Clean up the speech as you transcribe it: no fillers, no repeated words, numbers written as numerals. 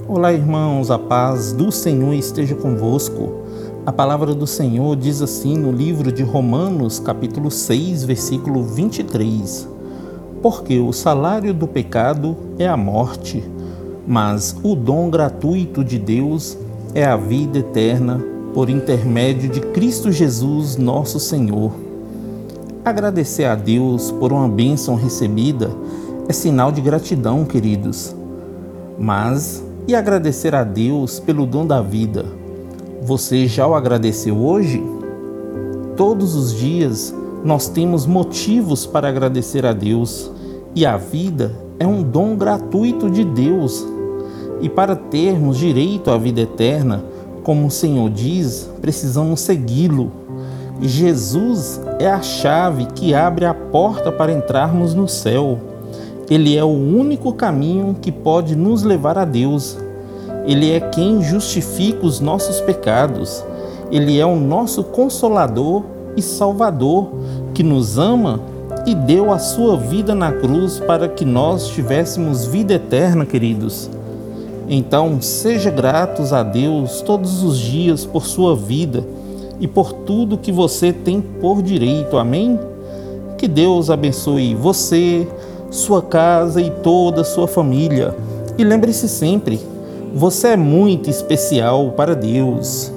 Olá, irmãos, a paz do Senhor esteja convosco. A palavra do Senhor diz assim no livro de Romanos, capítulo 6, versículo 23. Porque o salário do pecado é a morte, mas o dom gratuito de Deus é a vida eterna por intermédio de Cristo Jesus, nosso Senhor. Agradecer a Deus por uma bênção recebida é sinal de gratidão, queridos. Mas e agradecer a Deus pelo dom da vida? Você já o agradeceu hoje? Todos os dias nós temos motivos para agradecer a Deus, e a vida é um dom gratuito de Deus. E para termos direito à vida eterna, como o Senhor diz, precisamos segui-lo. Jesus é a chave que abre a porta para entrarmos no céu. Ele é o único caminho que pode nos levar a Deus. Ele é quem justifica os nossos pecados. Ele é o nosso Consolador e Salvador, que nos ama e deu a sua vida na cruz para que nós tivéssemos vida eterna, queridos. Então, seja gratos a Deus todos os dias por sua vida e por tudo que você tem por direito. Amém? Que Deus abençoe você, sua casa e toda a sua família. E lembre-se sempre, você é muito especial para Deus.